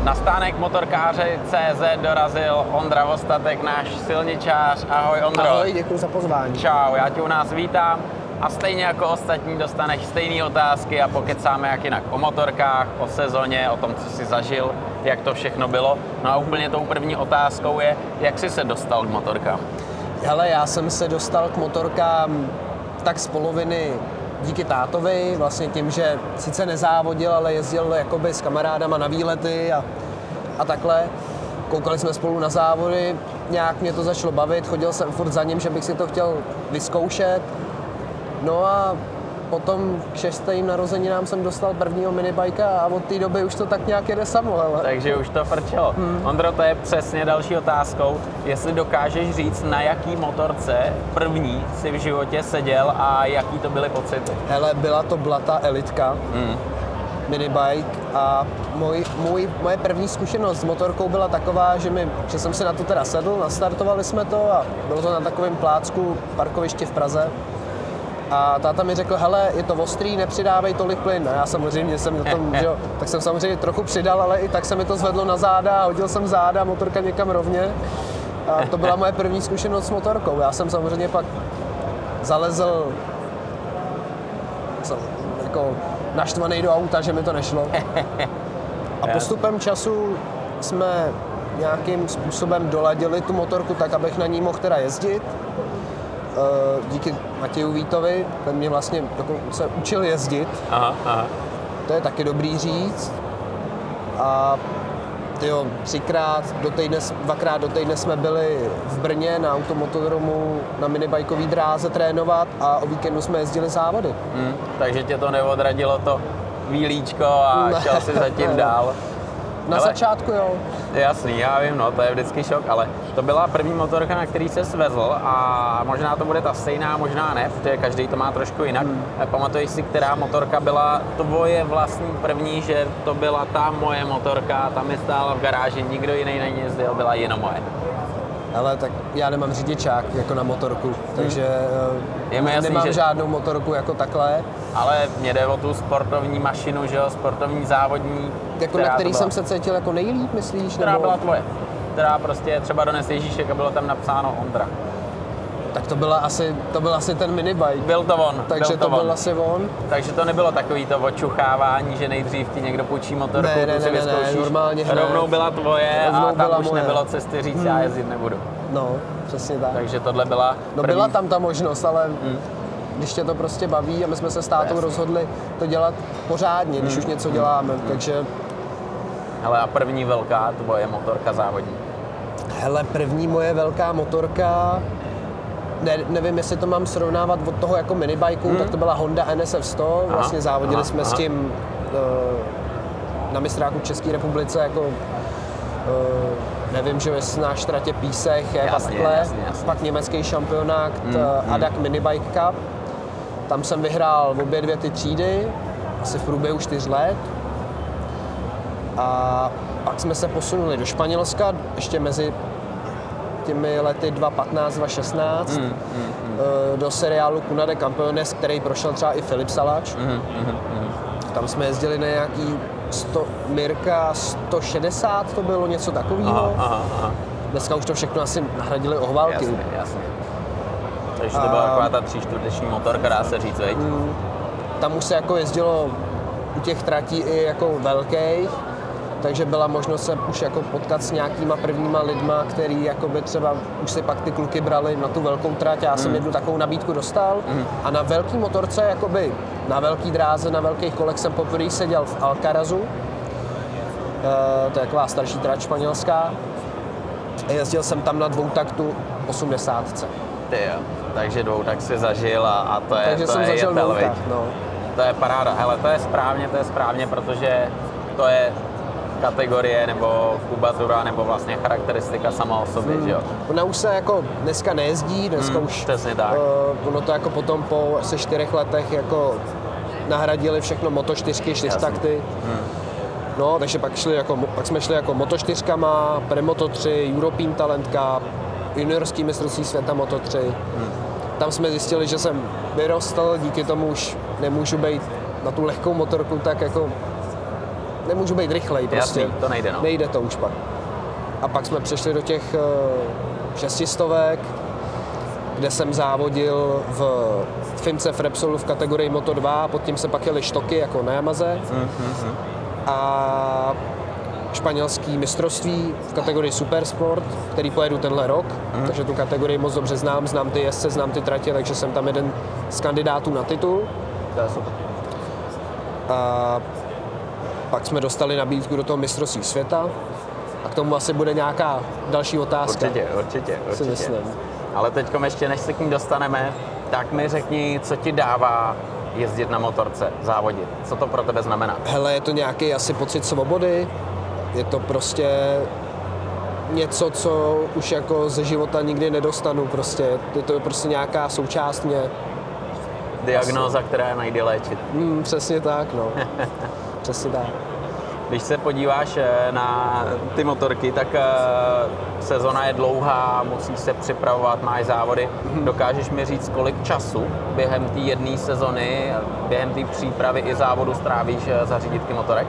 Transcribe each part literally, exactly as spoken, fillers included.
Na stánek motorkáře tečka cé zet dorazil Ondra Vostatek, náš silničář. Ahoj, Ondro. Ahoj, děkuji za pozvání. Čau, já tě u nás vítám a stejně jako ostatní dostaneš stejné otázky a pokecáme jak jinak o motorkách, o sezóně, o tom, co jsi zažil, jak to všechno bylo. No a úplně tou první otázkou je, jak jsi se dostal k motorkám? Hele, já jsem se dostal k motorkám tak z poloviny díky tátovi, vlastně tím, že sice nezávodil, ale jezdil jakoby s kamarádama na výlety a, a takhle. Koukali jsme spolu na závody, nějak mě to začalo bavit, chodil jsem furt za ním, že bych si to chtěl vyzkoušet. No a potom k šestým narozeninám jsem dostal prvního minibajka a od té doby už to tak nějak jede samo, hele. Takže už to frčelo. Hmm. Ondro, to je přesně další otázkou. Jestli dokážeš říct, na jaký motorce první si v životě seděl a jaký to byly pocity? Hele, byla to Blata Elitka, hmm. minibike a můj, můj, moje první zkušenost s motorkou byla taková, že, mi, že jsem si na to teda sedl, nastartovali jsme to a bylo to na takovém plácku parkovišti v Praze. A táta mi řekl, hele, je to ostrý, nepřidávej tolik plyn. A já samozřejmě jsem na tom, že jo, tak jsem samozřejmě trochu přidal, ale i tak se mi to zvedlo na záda, hodil jsem záda, motorka někam rovně. A to byla moje první zkušenost s motorkou. Já jsem samozřejmě pak zalezl co, jako naštvaný do auta, že mi to nešlo. A postupem času jsme nějakým způsobem doladili tu motorku tak, abych na ní mohl teda jezdit. Díky Matěju Vítovi, ten mě vlastně se učil jezdit. Aha, aha. To je taky dobrý říct. A tyjo, třikrát do týdne, dvakrát do týdne jsme byli v Brně na automotodromu na minibajkové dráze trénovat a o víkendu jsme jezdili závody. Hmm, takže tě to neodradilo to výlíčko a ne, šel si zatím ne, dál. Na ale, začátku jo. Jasný, já vím, no, to je vždycky šok, ale to byla první motorka, na který se svezl a možná to bude ta stejná, možná ne, protože každý to má trošku jinak. Hmm. Pamatuješ si, která motorka byla tvoje vlastní první, že to byla ta moje motorka, tam mi stála v garáži, nikdo jiný na ní jezdil, byla jenom moje. Ale tak já nemám řidičák jako na motorku, takže hmm. jasný, nemám že... žádnou motorku jako takhle. Ale mě jde o tu sportovní mašinu, že jo, sportovní závodní. Jako na který jsem se cítil jako nejlíp, myslíš? Která nebo... byla tvoje? Která prostě třeba dones Ježíšek a bylo tam napsáno Ondra. Tak to byla asi, to byl asi ten minibike. Byl to on. Takže byl to, to byl on. asi on. Takže to nebylo takový to očuchávání, že nejdřív ti někdo půjčí motorku, ne, ne, tu si ne, vyzkoušíš. Ne, normálně hned. Rovnou byla tvoje Rovnou a tam byla už moje. nebylo cesty říct, hmm. já jezdit nebudu. No, přesně tak. Takže tohle byla No první... byla tam ta možnost, ale hmm. když tě to prostě baví a my jsme se s tátou rozhodli to dělat pořádně, když hmm. už něco děláme, hmm. takže... Hele, a první velká tvoje motorka závodní? Hele, první moje velká motorka, ne, nevím, jestli to mám srovnávat od toho jako minibajku, hmm. tak to byla Honda N S F sto, aha, vlastně závodili aha, jsme aha. s tím uh, na mistráku v České republice, jako uh, nevím, že jestli na štratě Písech, jak jasně, takhle, jasně, jasně. pak německý šampionát hmm. uh, A D A C Minibike Cup, tam jsem vyhrál obě dvě ty třídy, asi v průběhu čtyř let. A pak jsme se posunuli do Španělska, ještě mezi těmi lety dva tisíce patnáct dva tisíce šestnáct, mm, mm, mm. do seriálu Cuna de Campeones, který prošel třeba i Filip Salač. Mm, mm, mm. Tam jsme jezdili na nějaký sto, Mirka sto šedesát, to bylo něco takového. Dneska už to všechno asi nahradili ohválky. Jasně, jasně. Takže to byla a, taková ta tříčtvrteční motorka, dá se říct, veď? Mm, tam už se jako jezdilo u těch tratí i jako velkých, takže byla možnost se už jako potkat s nějakýma prvníma lidma, který jakoby třeba už si pak ty kluky brali na tu velkou trať. Já mm. jsem jednu takovou nabídku dostal mm. a na velký motorce, jakoby na velký dráze, na velkých kolech jsem poprvé seděl v Alcarazu. E, to je taková starší trať španělská. Jezdil jsem tam na dvoutaktu osmdesátce. Ty jo, takže dvoutak si zažil a, a to je takže to jsem je zažil jetel, dvoutak, no. To je paráda. Hele, to je správně, to je správně, protože to je kategorie nebo kubatura nebo vlastně charakteristika sama o sobě, hmm. že jo? Ona už se jako dneska nejezdí, dneska hmm, už přesně tak. Uh, ono to jako potom po asi čtyřech letech jako nahradili všechno Moto čtyřky, čtyřtakty. Hmm. No, takže pak, šli jako, pak jsme šli jako Moto čtyřkama, Premoto tři, European Talent Cup, juniorský mistrovství světa Moto tři. Hmm. Tam jsme zjistili, že jsem vyrostl, díky tomu už nemůžu být na tu lehkou motorku tak jako nemůžu být rychlej prostě. Jasný, to nejde, no. Nejde to už pak. A pak jsme přešli do těch uh, šestistovek, kde jsem závodil v Fince v Repsolu v kategorii Moto dva, pod tím se pak jeli štoky jako na Yamaze. Mm-hmm. A španělský mistrovství v kategorii Supersport, který pojedu tenhle rok, mm. takže tu kategorii moc dobře znám, znám ty jezdce, znám ty tratě, takže jsem tam jeden z kandidátů na titul. To je super. A pak jsme dostali nabídku do toho mistrovství světa a k tomu asi bude nějaká další otázka. Určitě, určitě, určitě. Si myslím. Ale teďkom ještě, než se k ní dostaneme, tak mi řekni, co ti dává jezdit na motorce, závodit. Co to pro tebe znamená? Hele, je to nějaký asi pocit svobody, je to prostě něco, co už jako ze života nikdy nedostanu prostě. Je to prostě nějaká součást mě. Diagnóza, která nejde léčit. Hmm, přesně tak, no. Přesně tak. Když se podíváš na ty motorky, tak sezona je dlouhá, musíš se připravovat, máš závody. Dokážeš mi říct, kolik času během té jedné sezony, během té přípravy i závodu strávíš za řídítky motorek?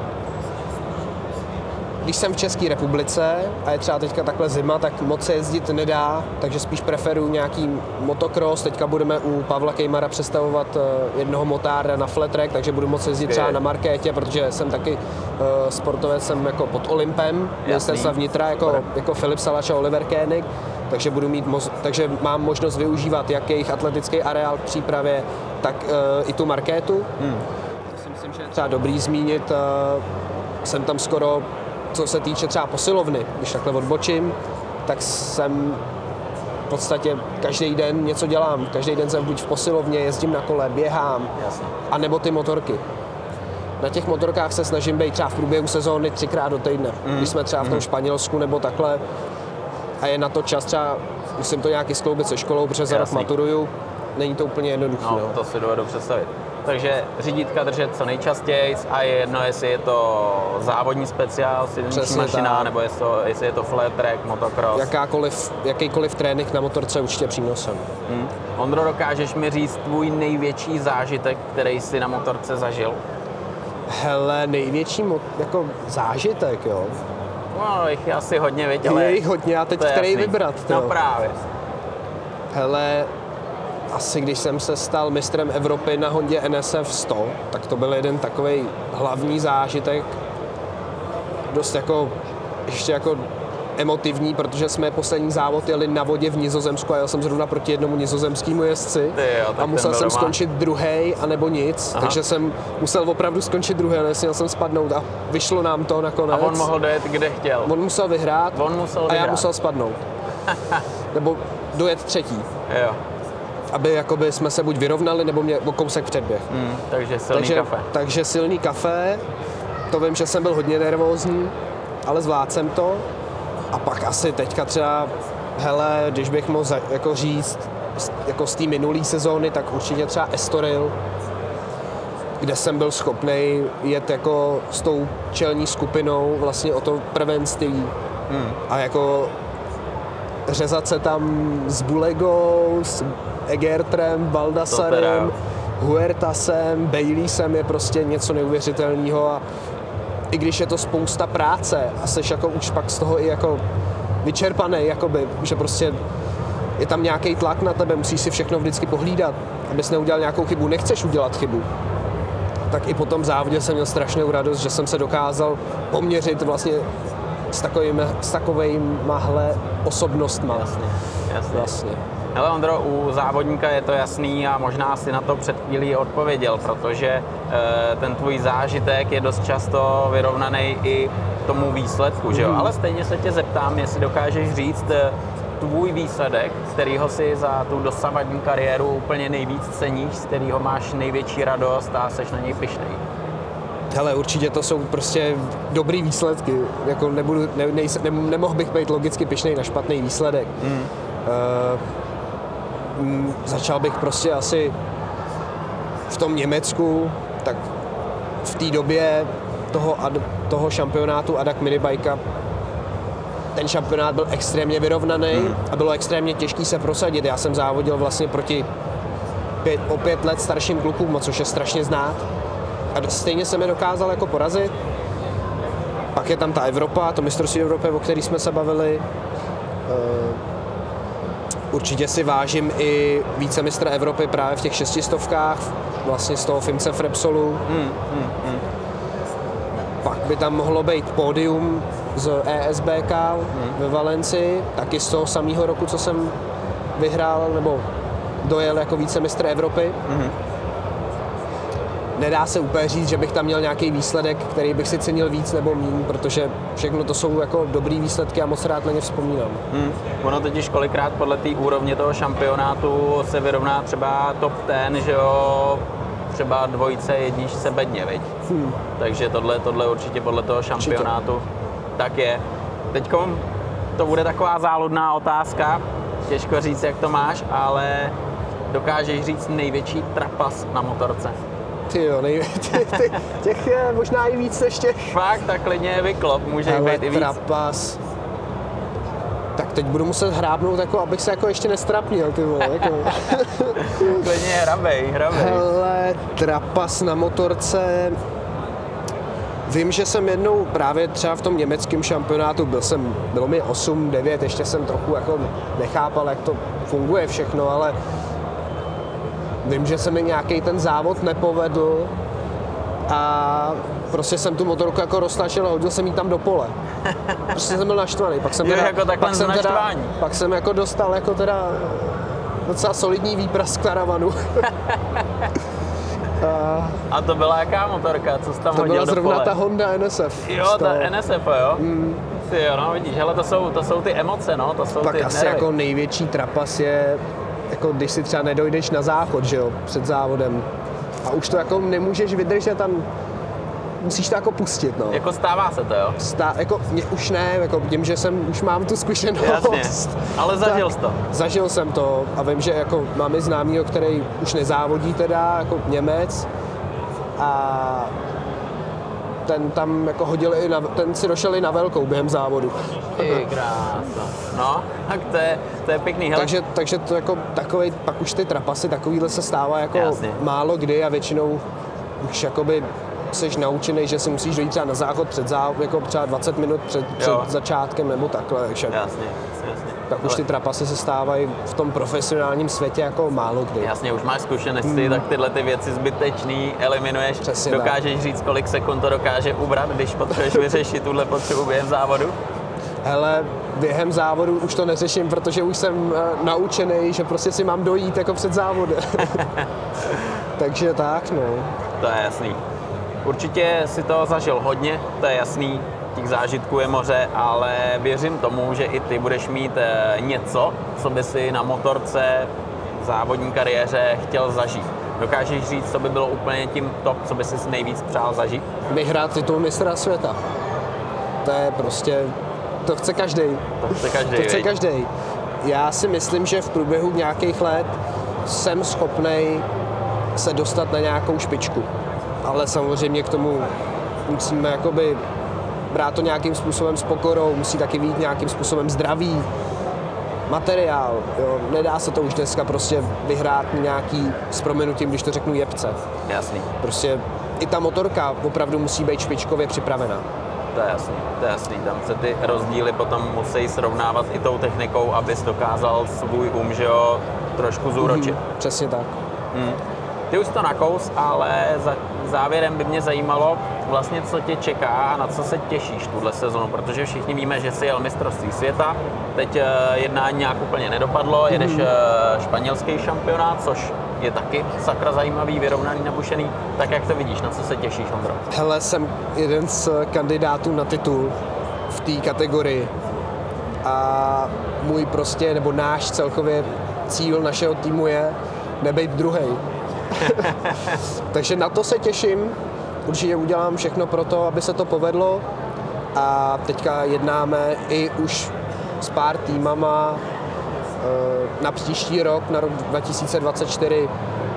Když jsem v České republice a je třeba teďka takhle zima, tak moc se jezdit nedá, takže spíš preferuju nějaký motocross. Teďka budeme u Pavla Kejmara představovat jednoho motára na flat track, takže budu moc jezdit třeba na Markétě, protože jsem taky uh, sportovec, jsem jako pod Olympem, ministerstva vnitra, jako, jako Filip Salač a Oliver Koenig, takže, budu mít moz, takže mám možnost využívat jak jejich atletický areál k přípravě, tak uh, i tu Markétu. Hmm. To si myslím, že je třeba dobrý zmínit, uh, jsem tam skoro, co se týče třeba posilovny, když takhle odbočím, tak jsem v podstatě každý den něco dělám. Každý den jsem buď v posilovně, jezdím na kole, běhám, a nebo ty motorky. Na těch motorkách se snažím být třeba v průběhu sezóny třikrát do týdne. Mm. Když jsme třeba v tom Španělsku nebo takhle a je na to čas třeba, musím to nějaký skloubit se školou, protože za rok maturuju, není to úplně jednoduché. No, no. To si dovedu představit. Takže řídítka držet co nejčastěji a je jedno, jestli je to závodní speciál, silniční mašina, tak. Nebo jestli, to, jestli je to flat track, motocross. Jakákoliv, jakýkoliv trénink na motorce určitě přínosem. Hmm. Ondro, dokážeš mi říct tvůj největší zážitek, který jsi na motorce zažil? Hele, největší mo- jako zážitek, jo? No, jich je asi hodně, viď, ale... Je jich hodně, a teď který jasný. Vybrat, No právě. Hele, asi když jsem se stal mistrem Evropy na Hondě N S F sto, tak to byl jeden takový hlavní zážitek. Dost jako, ještě jako emotivní, protože jsme poslední závod jeli na vodě v Nizozemsku a jel jsem zrovna proti jednomu nizozemskému jezdci. Jo, a musel jsem doma. skončit druhej a nebo nic, Aha. takže jsem musel opravdu skončit druhý, ale nesměl jsem spadnout a vyšlo nám to nakonec. A on mohl dojet kde chtěl. On musel vyhrát on musel a vyhrát. já musel spadnout. Nebo dojet třetí. Jo. Aby jakoby jsme se buď vyrovnali, nebo mě o kousek předběh. Mm, takže silný takže, kafe. Takže silný kafe, to vím, že jsem byl hodně nervózní, ale zvládl jsem to. A pak asi teďka třeba, hele, když bych mohl za, jako říct, jako z té minulé sezóny, tak určitě třeba Estoril, kde jsem byl schopný jet jako s tou čelní skupinou vlastně o to prvenství. Mm. A jako řezat se tam s Bulegou, s Egertrem, Baldasarem, Huertasem, Baileysem je prostě něco neuvěřitelného a i když je to spousta práce a seš jako už pak z toho i jako vyčerpaný, jakoby, že prostě je tam nějaký tlak na tebe, musíš si všechno vždycky pohlídat, abys neudělal nějakou chybu, nechceš udělat chybu. Tak i po tom závodě jsem měl strašnou radost, že jsem se dokázal poměřit vlastně s takovými, s takovejmahle osobnostma. Jasně, jasně. Vlastně. Hele Ondro, u závodníka je to jasný a možná si na to před chvílí odpověděl, protože e, ten tvůj zážitek je dost často vyrovnaný i tomu výsledku, mm. že jo? Ale stejně se tě zeptám, jestli dokážeš říct e, tvůj výsledek, kterýho si za tu dosavadní kariéru úplně nejvíc ceníš, z kterýho máš největší radost a seš na něj pyšnej. Hele, určitě to jsou prostě dobrý výsledky. Jako nebudu, ne, ne, ne, nemohl bych být logicky pyšnej na špatný výsledek. Mm. Uh, m, začal bych prostě asi v tom Německu, tak v té době toho, toho šampionátu A D A C minibajka, ten šampionát byl extrémně vyrovnaný mm. a bylo extrémně těžký se prosadit. Já jsem závodil vlastně proti pět, o pět let starším klukům, což je strašně znát. A stejně se mi dokázal jako porazit. Pak je tam ta Evropa, to mistrovství Evropy, o který jsme se bavili. Určitě si vážím i vícemistra Evropy právě v těch šestistovkách, vlastně z toho Fince v Repsolu. Hmm, hmm, hmm. Pak by tam mohlo být pódium z E S B K hmm. ve Valencii, taky z toho samého roku, co jsem vyhrál, nebo dojel jako vícemistr Evropy. Hmm. Nedá se úplně říct, že bych tam měl nějaký výsledek, který bych si cenil víc nebo míň, protože všechno to jsou jako dobrý výsledky a moc rád na ně vzpomínám. Hmm. Ono totiž kolikrát podle té úrovně toho šampionátu se vyrovná třeba top ten, že jo, třeba dvojice, jedničce bedně, viď? Hmm. Takže tohle, tohle určitě podle toho šampionátu určitě. Tak je. Teďko to bude taková záludná otázka, těžko říct, jak to máš, ale dokážeš říct největší trapas na motorce? Ty jo, nej, ty, ty, těch je možná i víc než těch. Fakt, tak klidně vyklop, může být i víc. Trapas. Tak teď budu muset hrábnout, jako, abych se jako ještě nestrapnil, ty vole. Jako. Klidně hrabej, hrabej. Hele, trapas na motorce. Vím, že jsem jednou právě třeba v tom německém šampionátu, byl jsem, bylo mi osm devět, ještě jsem trochu jako nechápal, jak to funguje všechno, ale vím, že se mi nějaký ten závod nepovedl a prostě jsem tu motorku jako roztlačil a hodil jsem jí tam do pole. Prostě jsem byl naštvaný. Pak jsem, jo, teda, jako pak jsem, teda, pak jsem jako dostal jako teda docela solidní výprask karavanu. a, a to byla jaká motorka? Co jsi tam to hodil do pole? To byla zrovna ta Honda N S F. Jo, ta N S F, jo? Mm. Ty jo, no vidíš, hele, to jsou, to jsou ty emoce, no, to jsou pak ty asi nervy. Jako největší trapas je, jako když si třeba nedojdeš na záchod, že jo, před závodem. A už to jako nemůžeš vydržet, tam musíš to jako pustit, no. Jako stává se to, jo? Stá, jako mě už ne, jako tím, že jsem, už mám tu zkušenost. Jasně, ale zažil jsi to. Zažil jsem to a vím, že jako máme známýho, který už nezávodí teda, jako Němec. A ten tam jako hodil i na, ten si došel i na velkou během závodu. Ty krása. No, tak to je, to je pěkný, hele. Takže, takže to jako takovej, pak už ty trapasy takovýhle se stává jako Jasně. málo kdy a většinou už jakoby seš naučený, že si musíš dojít třeba na záchod před závodem, jako třeba dvacet minut před, před začátkem nebo takhle. Takže jasně, jasně. tak už ty trapasy se stávají v tom profesionálním světě jako málo kdy. Jasně, už máš zkušenosti, hmm. tak tyhle ty věci zbytečný eliminuješ. Přesně dokážeš tak. říct, kolik sekund to dokáže ubrat, když potřebuješ vyřešit tuhle potřebu během závodu? Hele, během závodu už to neřeším, protože už jsem uh, naučený, že prostě si mám dojít jako před závodem. Takže tak, no. To je jasný. Určitě si to zažil hodně, to je jasný, těch zážitků je moře, ale věřím tomu, že i ty budeš mít e, něco, co by si na motorce v závodní kariéře chtěl zažít. Dokážeš říct, co by bylo úplně tím top, co by si nejvíc přál zažít? Vyhrát titul mistra světa. To je prostě, to chce každý. To chce každý, To chce každý. Já si myslím, že v průběhu nějakých let jsem schopnej se dostat na nějakou špičku. Ale samozřejmě k tomu musíme jakoby brát to nějakým způsobem s pokorou, musí taky být nějakým způsobem zdravý materiál. Jo. Nedá se to už dneska prostě vyhrát nějaký, s prominutím, když to řeknu, jebce. Jasný. Prostě i ta motorka opravdu musí být špičkově připravená. To je jasný, to je jasný. Tam se ty rozdíly potom musí srovnávat i tou technikou, abys dokázal svůj um, že jo, trošku zúročit. Mm, přesně tak. Mm. Ty už to nakous, ale za závěrem by mě zajímalo vlastně, co tě čeká a na co se těšíš tuhle sezonu, protože všichni víme, že jsi jel mistrovství světa, teď jednání nějak úplně nedopadlo, jedeš mm. španělský šampionát, což je taky sakra zajímavý, vyrovnaný, nabušený, tak jak to vidíš, na co se těšíš, Ondro? Hele, jsem jeden z kandidátů na titul v té kategorii a můj prostě, nebo náš celkově cíl našeho týmu je nebejt druhej. Takže na to se těším. Určitě udělám všechno pro to, aby se to povedlo. A teďka jednáme i už s pár týmama na příští rok, na rok dva tisíce dvacet čtyři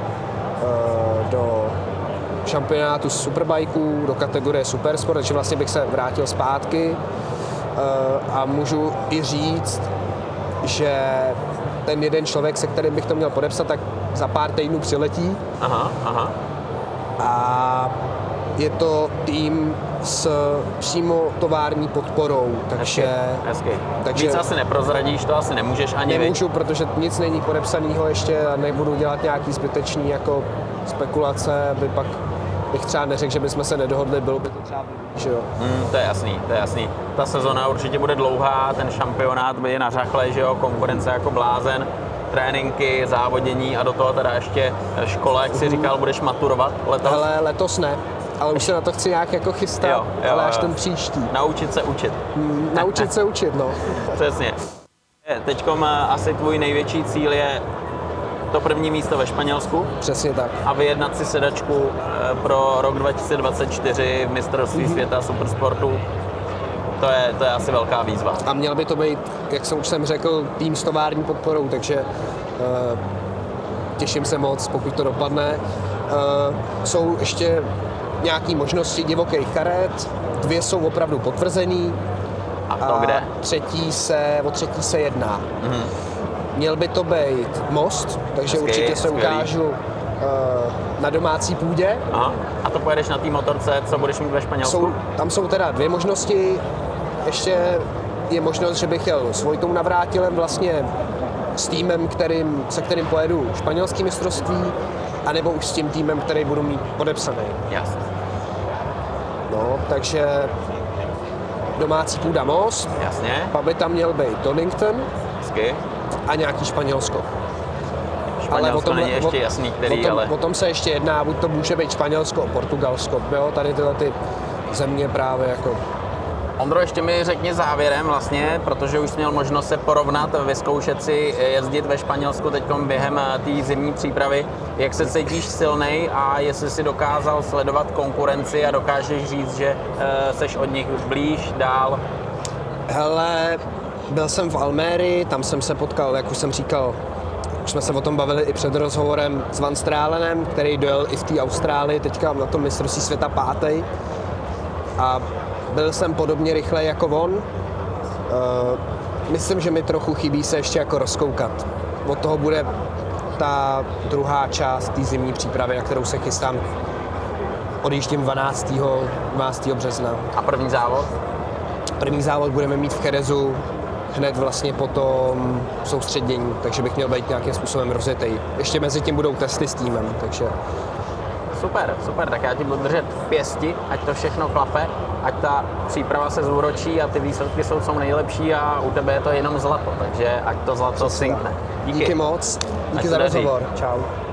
do šampionátu superbajků, do kategorie Supersport, takže vlastně bych se vrátil zpátky a můžu i říct, že ten jeden člověk, se kterým bych to měl podepsat, tak za pár týdnů přiletí. Aha, aha. A je to tým s přímo tovární podporou, takže... Hezky, hezky. takže Víc asi neprozradíš, to asi nemůžeš ani. Nemůžu, protože nic není podepsaného ještě a nebudu dělat nějaký zbytečný jako spekulace, aby pak bych třeba neřekl, že bychom se nedohodli, bylo by to třeba blbý, že jo. Mm, to je jasný, to je jasný. Ta sezona určitě bude dlouhá, ten šampionát bude na řachle, že jo, konkurence jako blázen, tréninky, závodění a do toho teda ještě škola, jak jsi říkal, budeš maturovat letos? Hele, letos ne, ale už se na to chci nějak jako chystat, jo, jo, ale až jo. ten příští. Naučit se učit. Mm, naučit se učit, no. Přesně. Teďkom asi tvůj největší cíl je to první místo ve Španělsku. Přesně tak. A vyjednat si sedačku pro rok dva tisíce dvacet čtyři v mistrovství mm-hmm. světa supersportu. To je, to je asi velká výzva. A měl by to být, jak jsem už jsem řekl, tým s tovární podporou, takže uh, těším se moc, pokud to dopadne. Uh, jsou ještě nějaké možnosti divokých karet, dvě jsou opravdu potvrzený. A to a kde? Třetí se, o třetí se jedná. Mm-hmm. Měl by to být Most, takže Hezky, určitě se skvělý. ukážu uh, na domácí půdě. Aha. A to pojedeš na té motorce, co budeš mít ve Španělsku? Jsou, tam jsou teda dvě možnosti. Ještě je možnost, že bych jel s Vojtou Navrátilem vlastně s týmem, kterým, se kterým pojedu španělský mistrovství, anebo už s tím týmem, který budu mít podepsaný. Jasně. No, takže domácí půda Most, Jasně. pak by tam měl být Donington Hezky. a nějaký Španělsko. Španělsko o tom, není ještě o, jasný, který, o tom, ale... O tom se ještě jedná, buď to může být Španělsko, Portugalsko, jo, tady tyhle ty země právě jako... Ondro, ještě mi řekni závěrem vlastně, protože už jsi měl možnost se porovnat, vyzkoušet si jezdit ve Španělsku teďkom během té zimní přípravy. Jak se cítíš silnej a jestli si dokázal sledovat konkurenci a dokážeš říct, že e, seš od nich blíž, dál? Hele, byl jsem v Almérii, tam jsem se potkal, jak už jsem říkal, už jsme se o tom bavili i před rozhovorem s Van Stralenem, který dojel i v té Austrálii, teďka na tom mistrovství světa pátý. A byl jsem podobně rychle jako on. Uh, myslím, že mi trochu chybí se ještě jako rozkoukat. Od toho bude ta druhá část té zimní přípravy, na kterou se chystám. Odjíždím dvanáctého března. A první závod? První závod budeme mít v Cherezu hned vlastně po tom soustředění, takže bych měl být nějakým způsobem rozjetý. Ještě mezi tím budou testy s týmem, takže... Super, super, tak já ti budu držet pěsti, ať to všechno klape, ať ta příprava se zúročí a ty výsledky jsou co nejlepší a u tebe je to jenom zlato, takže ať to zlato synkne. Díky, Díky moc, díky Ať za daří. rozhovor, čau.